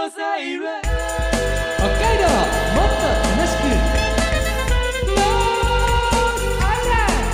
ノスアイランド北海道もっと楽しくノースアイランド。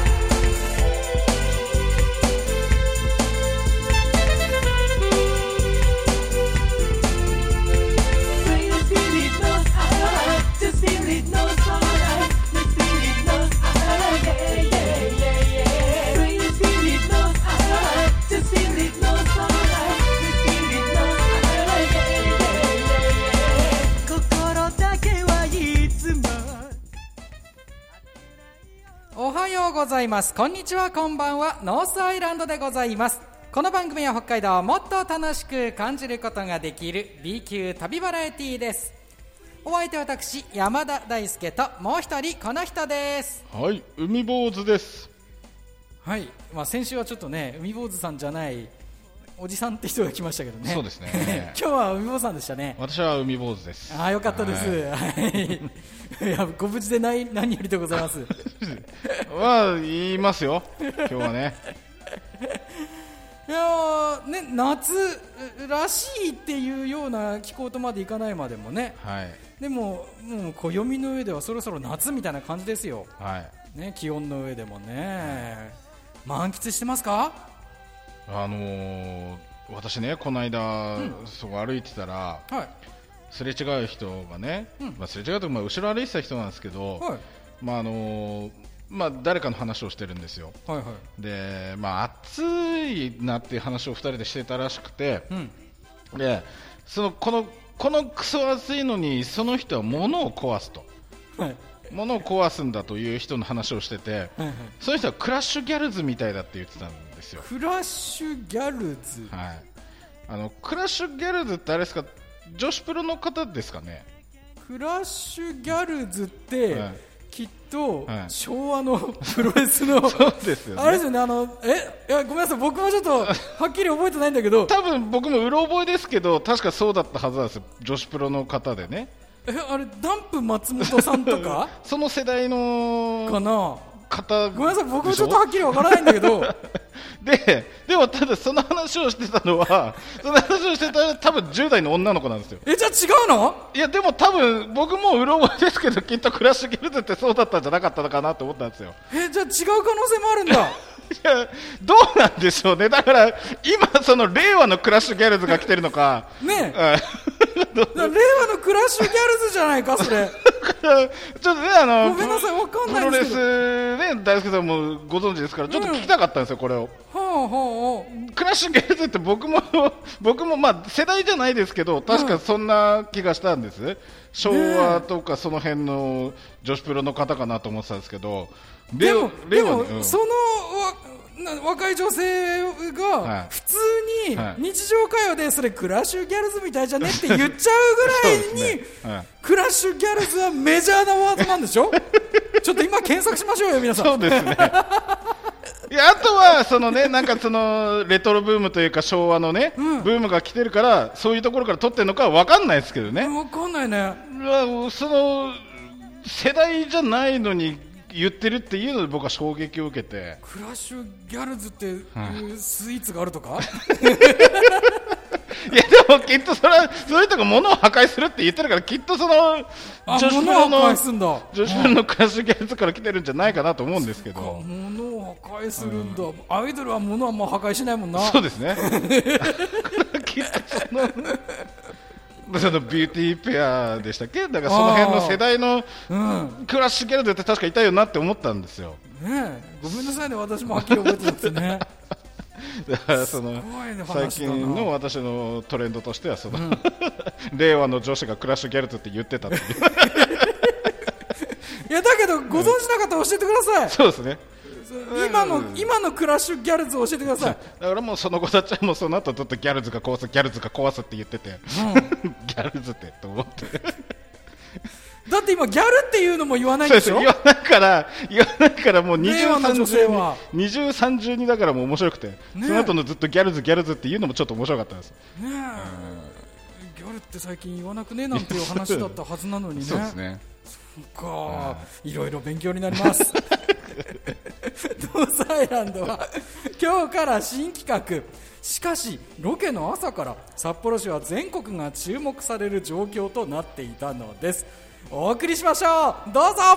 おはようございます。こんにちは、こんばんは。ノースアイランドでございます。この番組は北海道をもっと楽しく感じることができる B 級旅バラエティーです。お相手は私山田大輔ともう一人この人です。 はい、海坊主です。 はい、先週はちょっとね海坊主さんじゃないおじさんって人が来ましたけどね。 そうですね今日は海坊主さんでしたね。 私は海坊主です。 ああ、よかったです。はいいや、ご無事で何よりでございます。 言いますよ今日はね。 いやね、夏らしいっていうような気候とまでいかないまでもね、 はい、 でももう暦の上ではそろそろ夏みたいな感じですよ、 はいね、気温の上でもね、満喫してますか？ 私ね、この間、そこ歩いてたら、 はい、 すれ違う人がね、すれ違うと後ろ歩いてた人なんですけど、はい、誰かの話をしてるんですよ、はいはい、で、暑いなっていう話を2人でしてたらしくて、でこのクソ暑いのにその人は物を壊すと、はい、物を壊すんだという人の話をしてて、はいはい、その人はクラッシュギャルズみたいだって言ってたんですよ。 クラッシュギャルズ、 はい、クラッシュギャルズってあれですか、女子プロの方ですかね。クラッシュギャルズって、はい、きっと、 はい、 昭和のプロレスのそうですよね、 あれですよね。いやごめんなさい、僕もちょっとはっきり覚えてないんだけど多分僕もうろ覚えですけど確かそうだったはずなんですよ、女子プロの方でね。 あれダンプ松本さんとかその世代のかな方。 ごめんなさい、僕もちょっとはっきりわからないんだけどでもただその話をしてたのは多分10代の女の子なんですよ。 じゃあ違うの？ いやでも多分僕もうろ覚えですけどきっとクラッシュギャルズってそうだったんじゃなかったのかなと思ったんですよ。 じゃあ違う可能性もあるんだいやどうなんでしょうね。だから今その令和のクラッシュギャルズが来てるのかねえ令和のクラッシュギャルズじゃないかそれちょっとね、 ごめんなさい、わかんないですけど、 プロレスね、大輔さんもご存知ですからちょっと聞きたかったんですよ、これを。クラッシュギャルズって僕も世代じゃないですけど確かそんな気がしたんです、昭和とかその辺の女子プロの方かなと思ってたんですけど、 でも、その若い女性が普通に日常会話でそれクラッシュギャルズみたいじゃねって言っちゃうぐらいにクラッシュギャルズはメジャーなワードなんでしょちょっと今検索しましょうよ皆さん。 そうですねいやあとはそのね、なんかそのレトロブームというか昭和のね、ブームが来てるからそういうところから撮ってるのかは分かんないですけどね。 分かんないね。 その世代じゃないのに言ってるっていうので僕は衝撃を受けて、 クラッシュギャルズっていうスイーツがあるとかいやでもきっとそういう人が物を破壊するって言ってるからきっとその女子プロのクラッシュギャルズから来てるんじゃないかなと思うんですけど。 物を破壊するんだ、アイドルは物はもう破壊しないもんな。 そうですねきっとそのビューティーペアでしたっけ、だからその辺の世代のクラッシュギャルズって確かいたよなって思ったんですよ、ね、 ごめんなさいね、私もはっきり覚えてたんですねだからその最近の私のトレンドとしてはその、令和の女子がクラッシュギャルズって言ってたっていういやだけどご存知なかったら教えてください。 そうですね、 今のクラッシュギャルズを教えてください。 だからもうその子たちはもうその後ずっとギャルズが壊すギャルズが壊すって言ってて、ギャルズってと思ってだって今ギャルっていうのも言わないんでしょ。 言わないからもう令和の女性は二重三重にだからもう面白くて、その後のずっとギャルズっていうのもちょっと面白かったですね。 ギャルって最近言わなくねなんていう話だったはずなのにね。 そうですね。 そうか、いろいろ勉強になりますノースアイランドは今日から新企画。しかしロケの朝から札幌市は全国が注目される状況となっていたのです。お送りしましょう。どうぞ。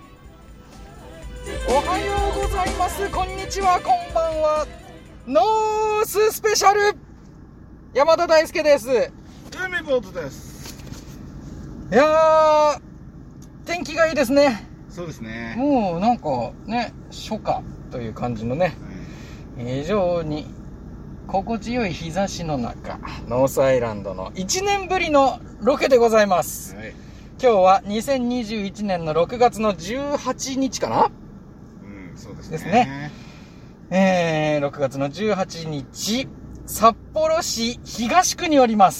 おはようございます、こんにちは、こんばんは。ノーススペシャル、山田大輔です。 海坊主です。 いやー、天気がいいですね。 そうですね。 もうなんかね、初夏という感じのね、非常に心地よい日差しの中、ノースアイランドの1年ぶりのロケでございます。はい、今日は2021年の6月の18日かな。 そうですね。 ですね。6月の18日、札幌市東区におります。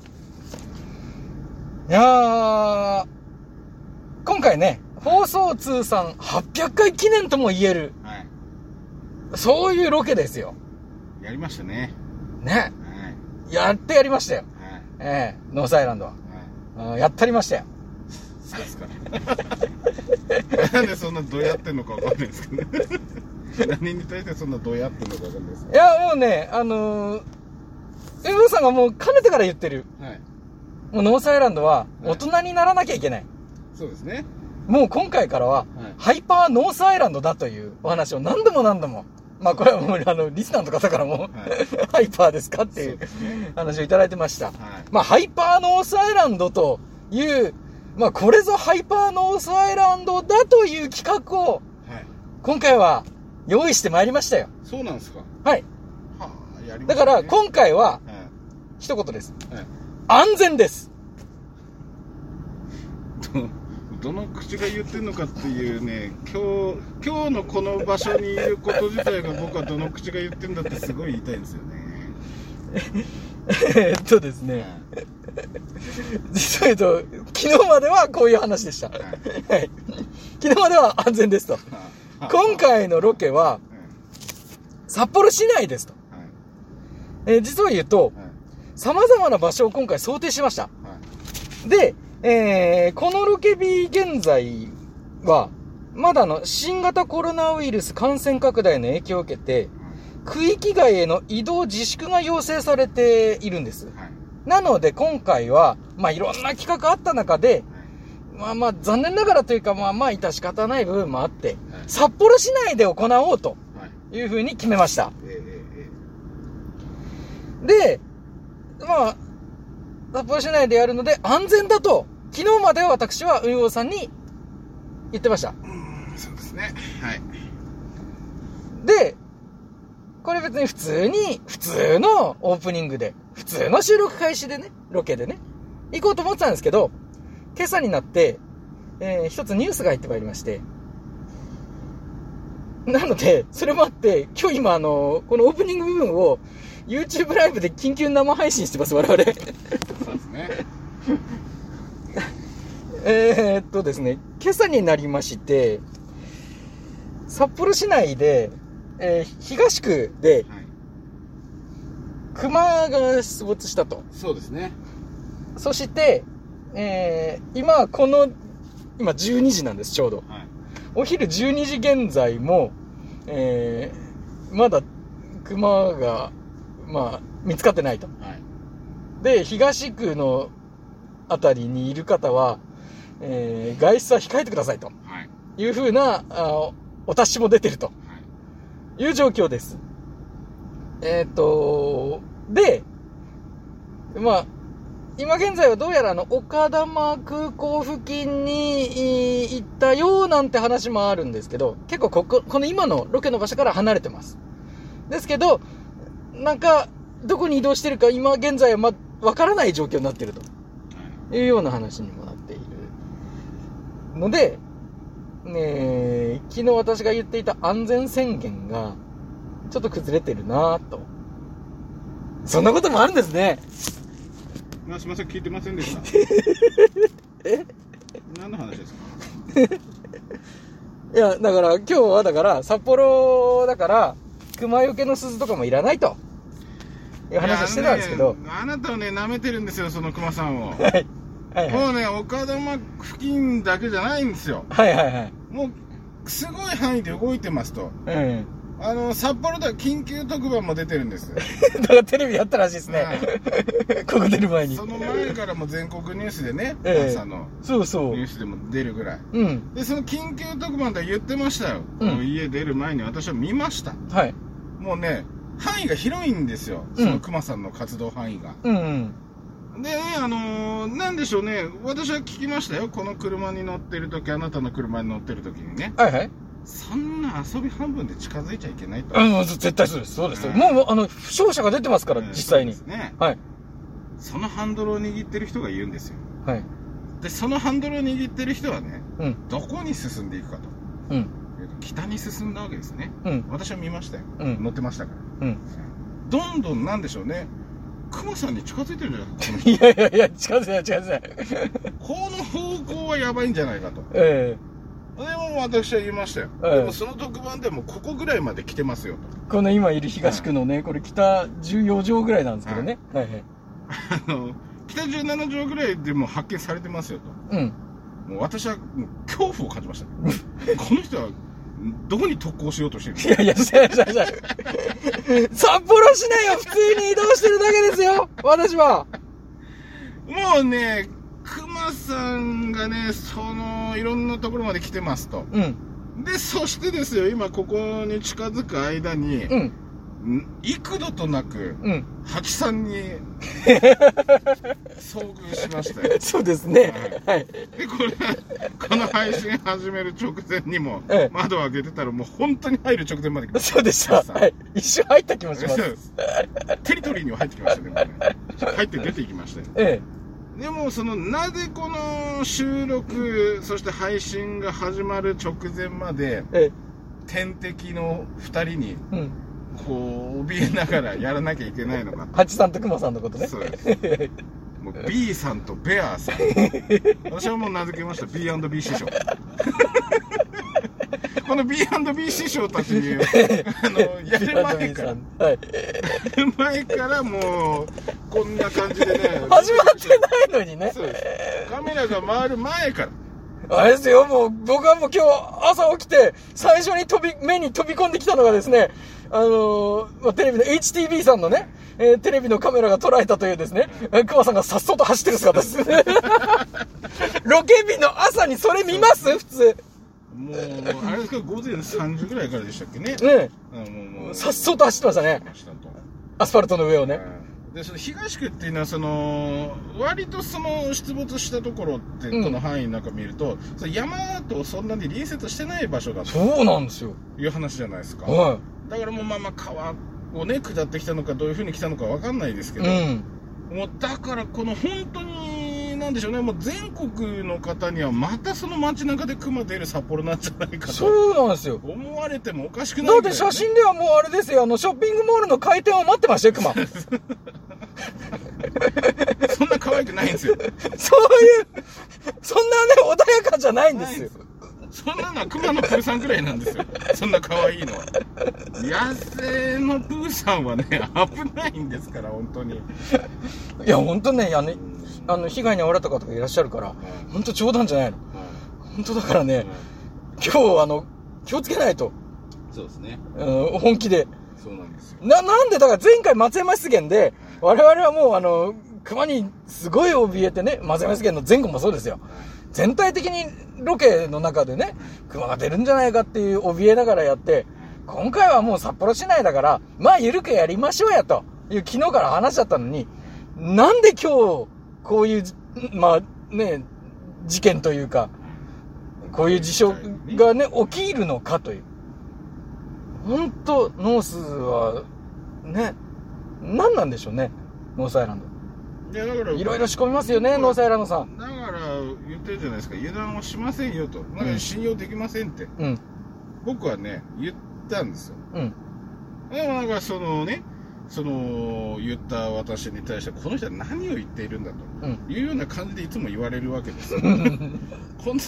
いやー、今回ね、放送通算800回記念とも言える、はい、そういうロケですよ。 やりましたね。 ね、はい、やってやりましたよ。はい、ノースアイランドは、はい、やったりましたよ。 そうですか。なんでそんなどうやってんのかわかんないですけどね。何に対してそんなどうやってんのかわかんないですけど。 いや、もうね、エブさんがもうかねてから言ってる。はい。もうノースアイランドは大人にならなきゃいけない。はい、 そうですね。 もう今回からは、ハイパーノースアイランドだというお話を何度も何度も。まあこれはもうリスナーの方からも、はい、ハイパーですかっていう話をいただいてました。はい、まあハイパーノースアイランドという、まあこれぞハイパーノースアイランドだという企画を、今回は用意してまいりましたよ。 そうなんですか。 はい。はあ、やりましたね。だから今回は、一言です。安全です。 どの口が言ってんのかっていうね、今日のこの場所にいること自体が僕はどの口が言ってんだってすごい言いたいんですよね。 ですね、実は言うと昨日まではこういう話でした。はい、昨日までは安全ですと。今回のロケは札幌市内ですと。実は言うと様々な場所を今回想定しました。で、このロケ日現在はまだ新型コロナウイルス感染拡大の影響を受けて区域外への移動自粛が要請されているんです。はい、なので今回は、まあいろんな企画あった中で、まあ残念ながらというか、まあ致し方ない部分もあって、札幌市内で行おうというふうに決めました。で、まあ、札幌市内でやるので安全だと、昨日までは私は運用さんに言ってました。 そうですね。はい。 で、これ別に普通のオープニングで、普通の収録開始でね、ロケでね、行こうと思ってたんですけど、今朝になって、一つニュースが入ってまいりまして、なので、それもあって、今日今このオープニング部分を YouTube ライブで緊急生配信してます、我々。そうですね。ですね、今朝になりまして、札幌市内で、東区で、熊が出没したと。 そうですね。 そして、今12時なんです、ちょうど。はい、お昼12時現在も、まだ熊が、見つかってないと。はい、で、東区のあたりにいる方は、外出は控えてくださいと。いうふうな、お達しも出てると。いう状況です。で、今現在はどうやら丘珠空港付近に行ったようなんて話もあるんですけど、結構この今のロケの場所から離れてます。ですけど、どこに移動してるか今現在はわからない状況になっているというような話にもなっているので、昨日私が言っていた安全宣言がちょっと崩れてるなぁと。そんなこともあるんですね。 すみません、聞いてませんでした。何の話ですか？ いや、だから今日は札幌だから熊よけの鈴とかもいらないという話をしてたんですけど、 あなたはね舐めてるんですよ、その熊さんを。 はいもうね、丘珠付近だけじゃないんですよ。 はいはいはい。 もうすごい範囲で動いてますと。札幌では緊急特番も出てるんです。 だからテレビやったらしいですね。ここ出る前に。 その前からも全国ニュースでね、朝のニュースでも出るぐらい。で、その緊急特番で言ってましたよ。家出る前に私は見ました。はい。もうね、範囲が広いんですよ。その熊さんの活動範囲が。でね、なんでしょうね、私は聞きましたよ。この車に乗ってる時、あなたの車に乗ってる時にね。はいはい。そんな遊び半分で近づいちゃいけないと。 絶対そうです。そうです。もう、負傷者が出てますから、実際に。 そうですね。はい。そのハンドルを握ってる人が言うんですよ。はい。で、そのハンドルを握ってる人はね、どこに進んでいくかと。北に進んだわけですね。私は見ましたよ。乗ってましたから。どんどんなんでしょうね。熊さんに近づいてるんじゃないですか。 いや、近づいてない。 この方向はやばいんじゃないかと。でも私は言いましたよ。でもその特番でもここぐらいまで来てますよと。 この今いる東区のね、これ北14条ぐらいなんですけどね。 北17条ぐらいでも発見されてますよと。もう私は恐怖を感じました。この人はどこに特攻しようとしてるの？ いや、札幌市内を普通に移動してるだけですよ、私は。 もうね、熊さんがね、いろんなところまで来てますと。で、そしてですよ、今ここに近づく間に、幾度となく、ハチさんに遭遇しましたよ。 そうですね。はい。 で、この配信始める直前にも、窓を開けてたらもう本当に入る直前まで来ました。 そうでした。はい。一瞬入った気もします。 テリトリーには入ってきましたね。入って出ていきましたよ。でもなぜこの収録そして配信が始まる直前まで天敵の2人にこう怯えながらやらなきゃいけないのか。 ハチさんとクマさんのことね。 そうです。もう B さんとベアさん。私はもう名付けました B&B 師匠。この B&B 師匠たちにやる前からもうこんな感じでね、 始まってないのにね。 そうです。カメラが回る前からあれですよ、もう僕はもう今日朝起きて最初に目に飛び込んできたのがですね、テレビの HTV さんのね、テレビのカメラが捉えたというですね、熊さんがさっそうと走ってる姿です。ロケ日の朝にそれ見ます？普通。 もうあれですか、午前3時ぐらいからでしたっけね。 さっそうと走ってましたね。アスファルトの上をね。 で、東区っていうのは割と出没したところってこの範囲なんか見ると、山とそんなに隣接してない場所だと。 そうなんですよ。 いう話じゃないですか。だからもう川をね下ってきたのかどういう風に来たのかわかんないですけど、もうだからこの本当になんでしょうね、もう全国の方にはまたその街中で熊出る札幌なんじゃないかと。 そうなんですよ。 思われてもおかしくないぐらい、ね。 だって写真ではもうあれですよ、ショッピングモールの開店を待ってましたよ、熊。 そんな可愛くないんですよ。 そんなね、穏やかじゃないんですよ。 そんなのは熊のプーさんぐらいなんですよ。そんな可愛いのは。野生のプーさんはね、危ないんですから、本当に。 いや、本当ね、被害に遭われた方がいらっしゃるから、本当冗談じゃないの。本当だからね、今日、気をつけないと。 そうですね。 本気で。 そうなんですよ。 なんで、だから前回松山湿原で、我々はもう熊にすごい怯えてね、松山湿原の前後もそうですよ。全体的にロケの中でね、熊が出るんじゃないかっていう怯えながらやって、今回はもう札幌市内だから、まあ緩くやりましょうやという昨日から話しちゃったのに、なんで今日こういうまあね事件というかこういう事象がね起きるのかという。本当ノースはね、何なんでしょうね、ノースアイランド。いろいろ仕込みますよね、ノースアイランドさん。 だから言ってるじゃないですか、油断をしませんよと、信用できませんって、僕はね言ったんですよ。でもなんか言った私に対してこの人は何を言っているんだというような感じでいつも言われるわけですよ。本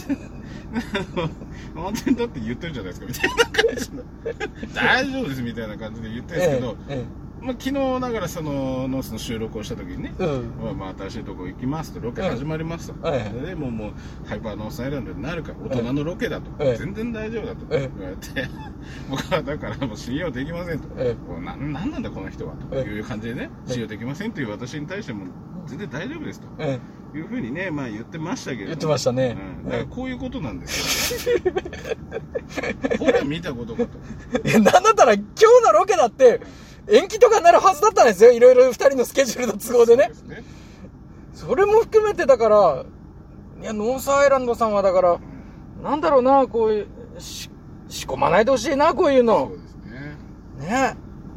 当にだって言ってるじゃないですかみたいな感じの大丈夫ですみたいな感じで言ってるんですけど、 昨日だからそのノースの収録をした時にね、新しいとこ行きますと、ロケ始まりますと、でもうハイパーノースアイランドになるから大人のロケだと、全然大丈夫だと言われて、僕はだからもう信用できませんと、なんなんだこの人はという感じでね、信用できませんという私に対しても全然大丈夫ですというふうにね、言ってましたけど、 言ってましたね。 だからこういうことなんですよ。ほら見たことかと。 なんだったら今日のロケだって延期とかになるはずだったんですよ。いろいろ2人のスケジュールの都合でね。それも含めてだから、いや、ノースアイランドさんはだから、なんだろうな、こういう、仕込まないでほしいな、こういうの。 そうですね。 ね。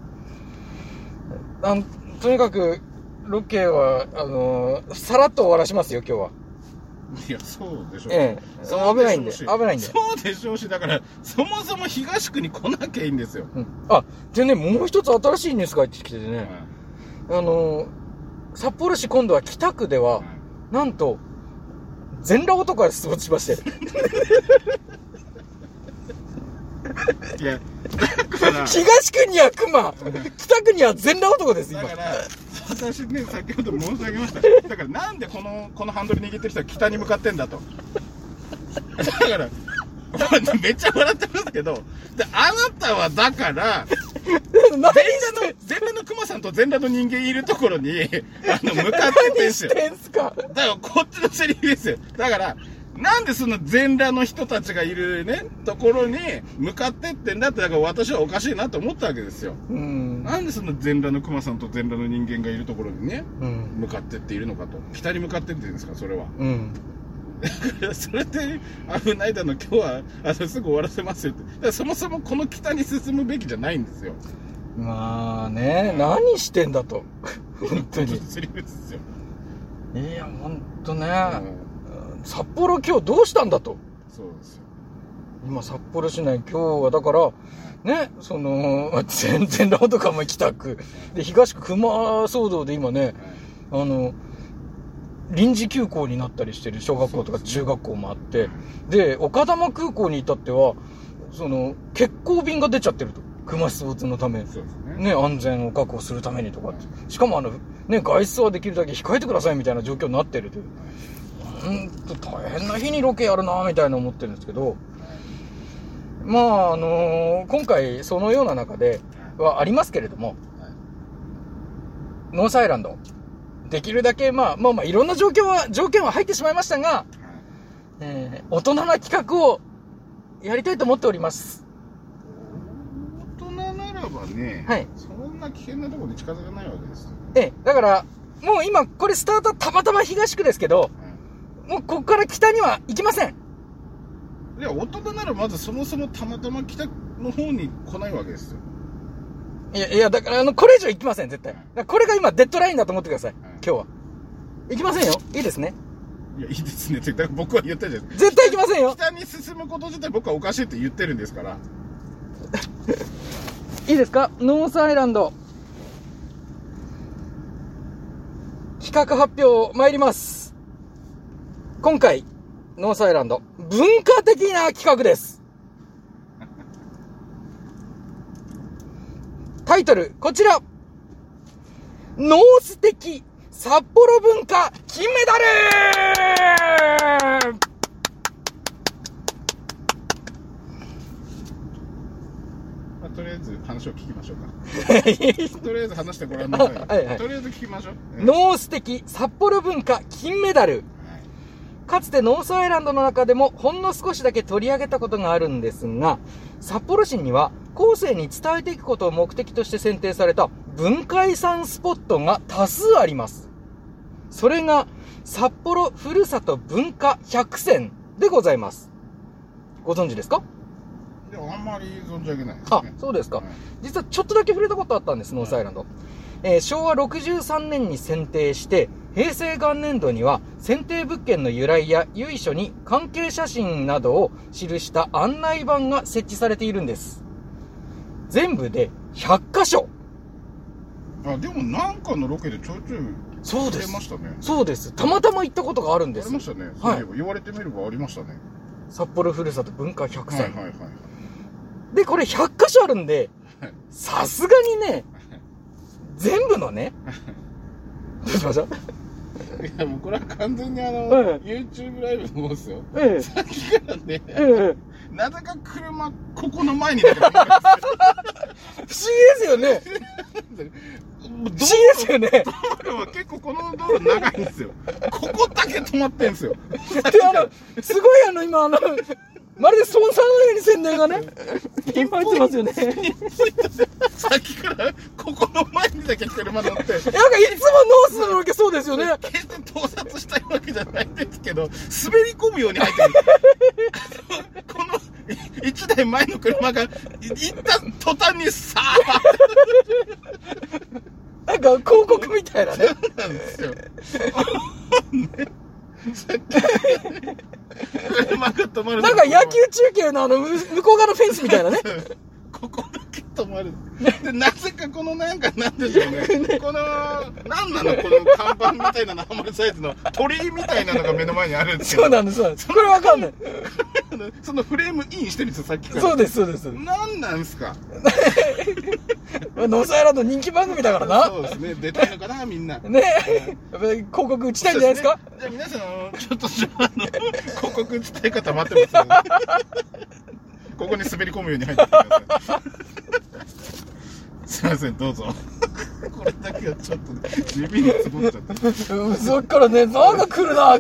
とにかく、ロケは、さらっと終わらしますよ、今日は。 いや、そうでしょう。 危ないんで。 そうでしょうし、だから、そもそも東区に来なきゃいいんですよ。 でね、もう一つ新しいニュースが入ってきてね、札幌市今度は北区では、なんと、全裸男が出没しまして。 いや、だから、 東区には熊、北区には全裸男です、今。 だから、私ね、先ほど申し上げました。だから、なんでこのハンドル握ってる人は北に向かってんだと。だから、めっちゃ笑ってましたけど、あなたはだから、全裸のクマさんと全裸の人間いるところに、向かっててんすよ。だからこっちのセリフですよ。だから、なんでその全裸の人たちがいるね、ところに向かってってんだって、だから私はおかしいなと思ったわけですよ。なんでその全裸のクマさんと全裸の人間がいるところにね、向かってっているのかと。北に向かってって言うんですか、それは。だからそれで危ないだの、今日はすぐ終わらせますよって。だからそもそもこの北に進むべきじゃないんですよ。 まあね、何してんだと。本当に。 セリフですよ。 いや、本当ね。札幌今日どうしたんだと。 そうですよ。 今札幌市内今日はだからね、全然ラウドカも北区で東区熊騒動で今ね、臨時休校になったりしてる小学校とか中学校もあって、で丘珠空港に至っては欠航便が出ちゃってると、熊出没のため、ね、安全を確保するためにとかって、しかもね、外出はできるだけ控えてくださいみたいな状況になってるという、大変な日にロケやるなみたいな思ってるんですけど、今回そのような中ではありますけれども、ノースアイランドできるだけいろんな条件は入ってしまいましたが、大人な企画をやりたいと思っております。 大人ならばね、 はい、 そんな危険なところに近づかないわけですよ。 だからもう今これスタートはたまたま東区ですけど、もうここから北には行きません。 いや、大人ならまずそもそもたまたま北の方に来ないわけですよ。 いやだからこれ以上行きません、絶対。これが今デッドラインだと思ってください。今日は行きませんよ。いいですね。 いや、いいですねって、だから僕は言ったじゃん。 絶対行きませんよ。 北に進むこと自体僕はおかしいって言ってるんですから。 いいですか、ノースアイランド企画発表参ります。今回ノースアイランド文化的な企画です。タイトルこちら、ノース的札幌文化金メダル。 とりあえず話を聞きましょうか。とりあえず話してごらんなさい。とりあえず聞きましょう。 ノース的札幌文化金メダル。かつてノースアイランドの中でもほんの少しだけ取り上げたことがあるんですが、札幌市には後世に伝えていくことを目的として選定された文化遺産スポットが多数あります。それが札幌ふるさと文化100選でございます。ご存知ですか？ いや、あんまり存じ上げないですね。 そうですか。実はちょっとだけ触れたことあったんです、ノースアイランド。昭和63年に選定して、平成元年度には選定物件の由来や由緒に関係写真などを記した案内板が設置されているんです。全部で100カ所。 でもなんかのロケでちょいちょいそうです。 ましたね。 そうです。たまたま行ったことがあるんです。 ありましたね。そういえば言われてみればありましたね。 札幌ふるさと文化100選。で、これ100カ所あるんで、さすがにね、 全部のねどうしましょう。 いやもうこれは完全にYouTube ライブの方ですよ。さっきからね、なぜか車ここの前にだけ止まるんですよ。不思議ですよね。不思議ですよね。 道路は結構この道路長いんですよ。ここだけ止まってんですよ。 ですごい今まるでスポンサーのように宣伝がねいっぱい入ってますよね。 さっきからここの前にだけ車乗って、なんかいつもノースのロケそうですよね。 決して盗撮したいわけじゃないんですけど、滑り込むように入ってる。この1台前の車が行った途端にさーなんか広告みたいなね。 そうなんですよ。さっき車が止まる。 なんか野球中継の向こう側のフェンスみたいなね。 ここだけ止まる。でなぜかこのなんでしょうね。このなんなのこの看板みたいなのハマるサイズの鳥居みたいなのが目の前にあるんですよ。 そうなんです。これわかんない。 そのフレームインしてるんですよさっきから。 そうです。 なんなんすか。 ノースアイランド人気番組だからな。 そうですね。出たいのかなみんな。 ね。広告打ちたいんじゃないですか。 じゃあ皆さんちょっと広告打ちたい方待ってますよ。ここに滑り込むように入ってください。すいませんどうぞ。これだけはちょっと指につぼっちゃって。 そっからねなんか来るなって。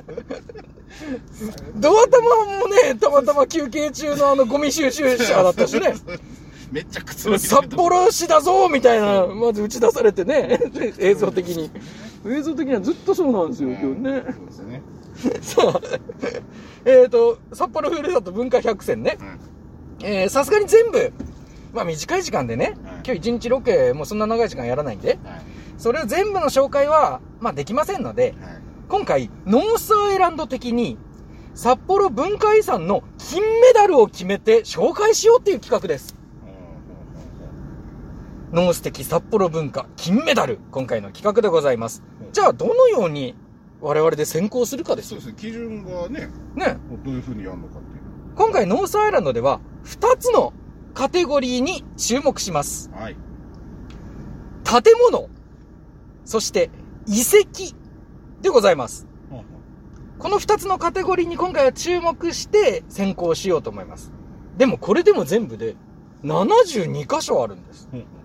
ドア玉もねたまたま休憩中のゴミ収集車だったしね。 めっちゃくつろぎで札幌市だぞみたいなまず打ち出されてね。映像的にはずっとそうなんですよ今日ね。 そうですね。 そう札幌フルサット文化100選ね。さすがに全部短い時間でね、今日1日ロケもうそんな長い時間やらないんで、それを全部の紹介はできませんので、今回ノースアイランド的に札幌文化遺産の金メダルを決めて紹介しようっていう企画です。ノース的札幌文化金メダル、今回の企画でございます。じゃあどのように我々で選考するかですよ。 そうですね。基準がねどういう風にやるのかっていう。 今回ノースアイランドでは2つのカテゴリーに注目します。建物、そして遺跡でございます。この2つのカテゴリーに今回は注目して選考しようと思います。でもこれでも全部で72箇所あるんです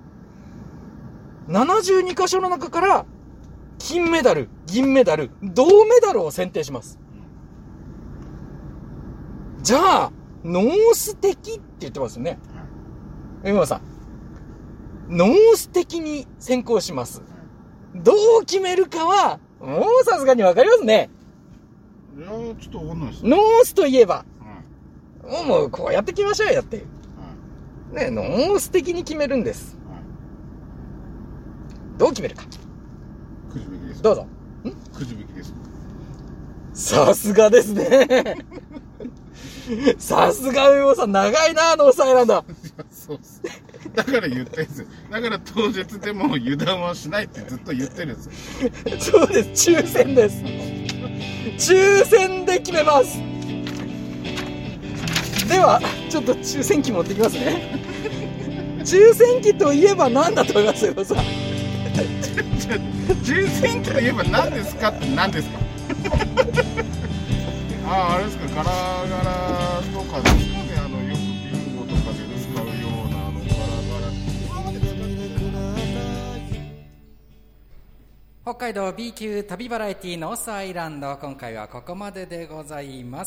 。72箇所の中から金メダル、銀メダル、銅メダルを選定します。じゃあノース的って言ってますよね。江村さん、ノース的に選考します。どう決めるかはもうさすがに分かりますね。 いやちょっと分かんないです。 ノースといえば、もうこうやって決めましょうよっていう、ね、ノース的に決めるんです。どう決めるか。 くじ引きです。 どうぞ。 くじ引きです。 さすがですね。さすが上尾さん、長いなノースアイランド。 そうっす。だから言ってるんですよ。だから当日でも油断はしないってずっと言ってるんですよ。 そうです、抽選です。抽選で決めます。ではちょっと抽選機持ってきますね。抽選機といえば何だと思いますよさん。 抽選機といえば何ですかって何ですか。あれですか、ガラガラとかですね。よくビンゴとかで使うようなガラガラ。 北海道 B 級旅バラエティノースアイランド、今回はここまででございます。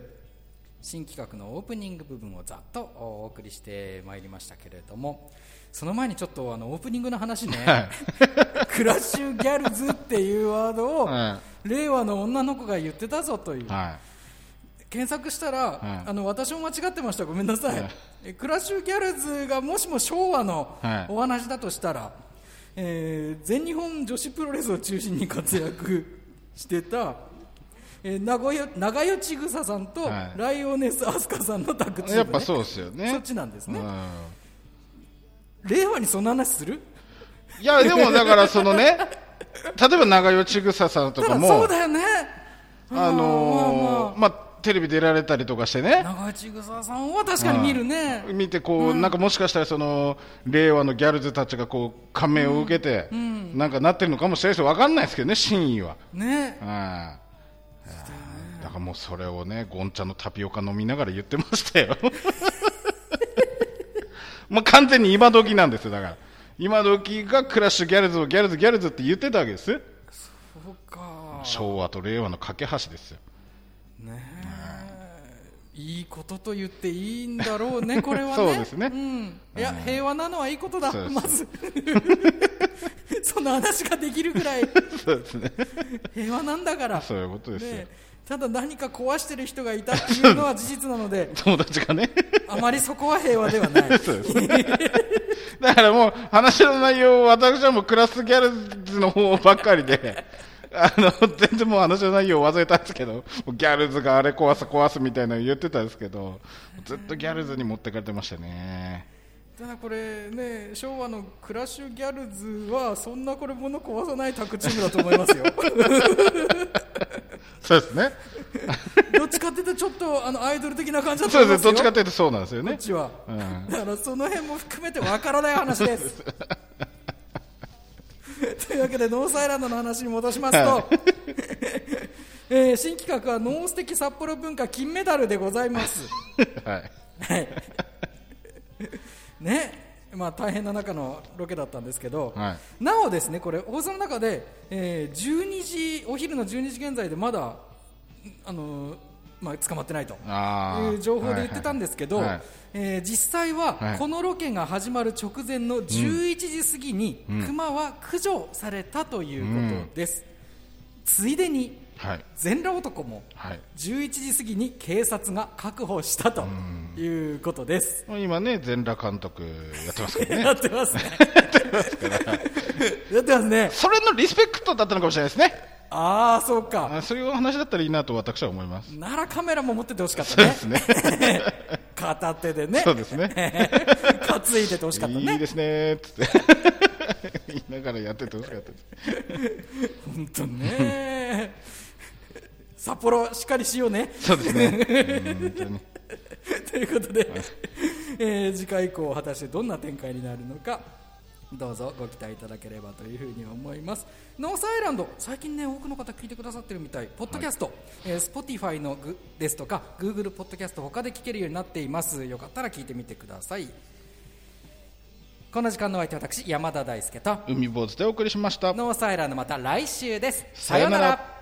新企画のオープニング部分をざっとお送りしてまいりましたけれども、その前にちょっとオープニングの話ね、クラッシュギャルズっていうワードを、令和の女の子が言ってたぞという、検索したら、私も間違ってました、ごめんなさい、クラッシュギャルズがもしも昭和のお話だとしたら、全日本女子プロレスを中心に活躍してた長与千草さんとライオネスアスカさんのタッグチーム、ね、 やっぱそうですよね。 そっちなんですね。令和にそんな話する？ いやでもだからそのね、例えば長与千草さんとかもそうだよね。 テレビ出られたりとかしてね、 長市草さんは確かに見るね、 見てこう、なんかもしかしたらその令和のギャルズたちがこう感銘を受けて、なんかなってるのかもしれないです。分かんないですけどね、真意はね。だからもうそれをね、ゴンちゃんのタピオカ飲みながら言ってましたよもう完全に今時なんですよ。だから今時がクラッシュギャルズをギャルズギャルズって言ってたわけです。 そうか、 昭和と令和の架け橋ですよね。いいことと言っていいんだろうね、これはね。 そうですね、 いや、平和なのはいいことだ、まずその話ができるぐらいそうですね、 平和なんだから。 そういうことですよ、ね。 ただ何か壊してる人がいたっていうのは事実なので友達がねあまりそこは平和ではないそうですねだからもう話の内容、私はもうクラスギャルズの方ばっかりで全然もう話の内容を忘れたんですけど、ギャルズがあれ壊す壊すみたいなの言ってたんですけど、ずっとギャルズに持ってかれてましたね。 ただこれね、昭和のクラッシュギャルズはそんなこれ物壊さないタッグチームだと思いますよそうですねどっちかっていうとちょっとアイドル的な感じだとそうですね、 思いますよ。 どっちかっていうとそうなんですよね、 こっちは、だからその辺も含めてわからない話ですというわけでノースアイランドの話に戻しますと、新企画はノース的札幌文化金メダルでございますはいね、まあ、大変な中のロケだったんですけど、なおですね、これ放送の中で、お昼の12時現在でまだ捕まってないという情報で言ってたんですけど、実際はこのロケが始まる直前の11時過ぎにクマは駆除されたということです。ついでに全裸男も11時過ぎに警察が確保したということです。 今ね、全裸監督やってますからねやってますねやってますね。 それのリスペクトだったのかもしれないですね。 ああ、そうか。 そういう話だったらいいなと私は思います。 ならカメラも持っててほしかったね。 そうですね片手でね。 そうですね担いでてほしかったね。 いいですねつって言いながらやっててほしかった本当ね札幌しっかりしようね。 そうですね本当にということで、次回以降果たしてどんな展開になるのかどうぞご期待いただければというふうに思います。ノースアイランド、最近ね多くの方聞いてくださってるみたい。ポッドキャスト、Spotify のですとか Google ポッドキャスト他で聞けるようになっています。よかったら聞いてみてください。この時間のお相手は私山田大輔と海坊主でお送りしました。 ノースアイランド、また来週です。さようなら。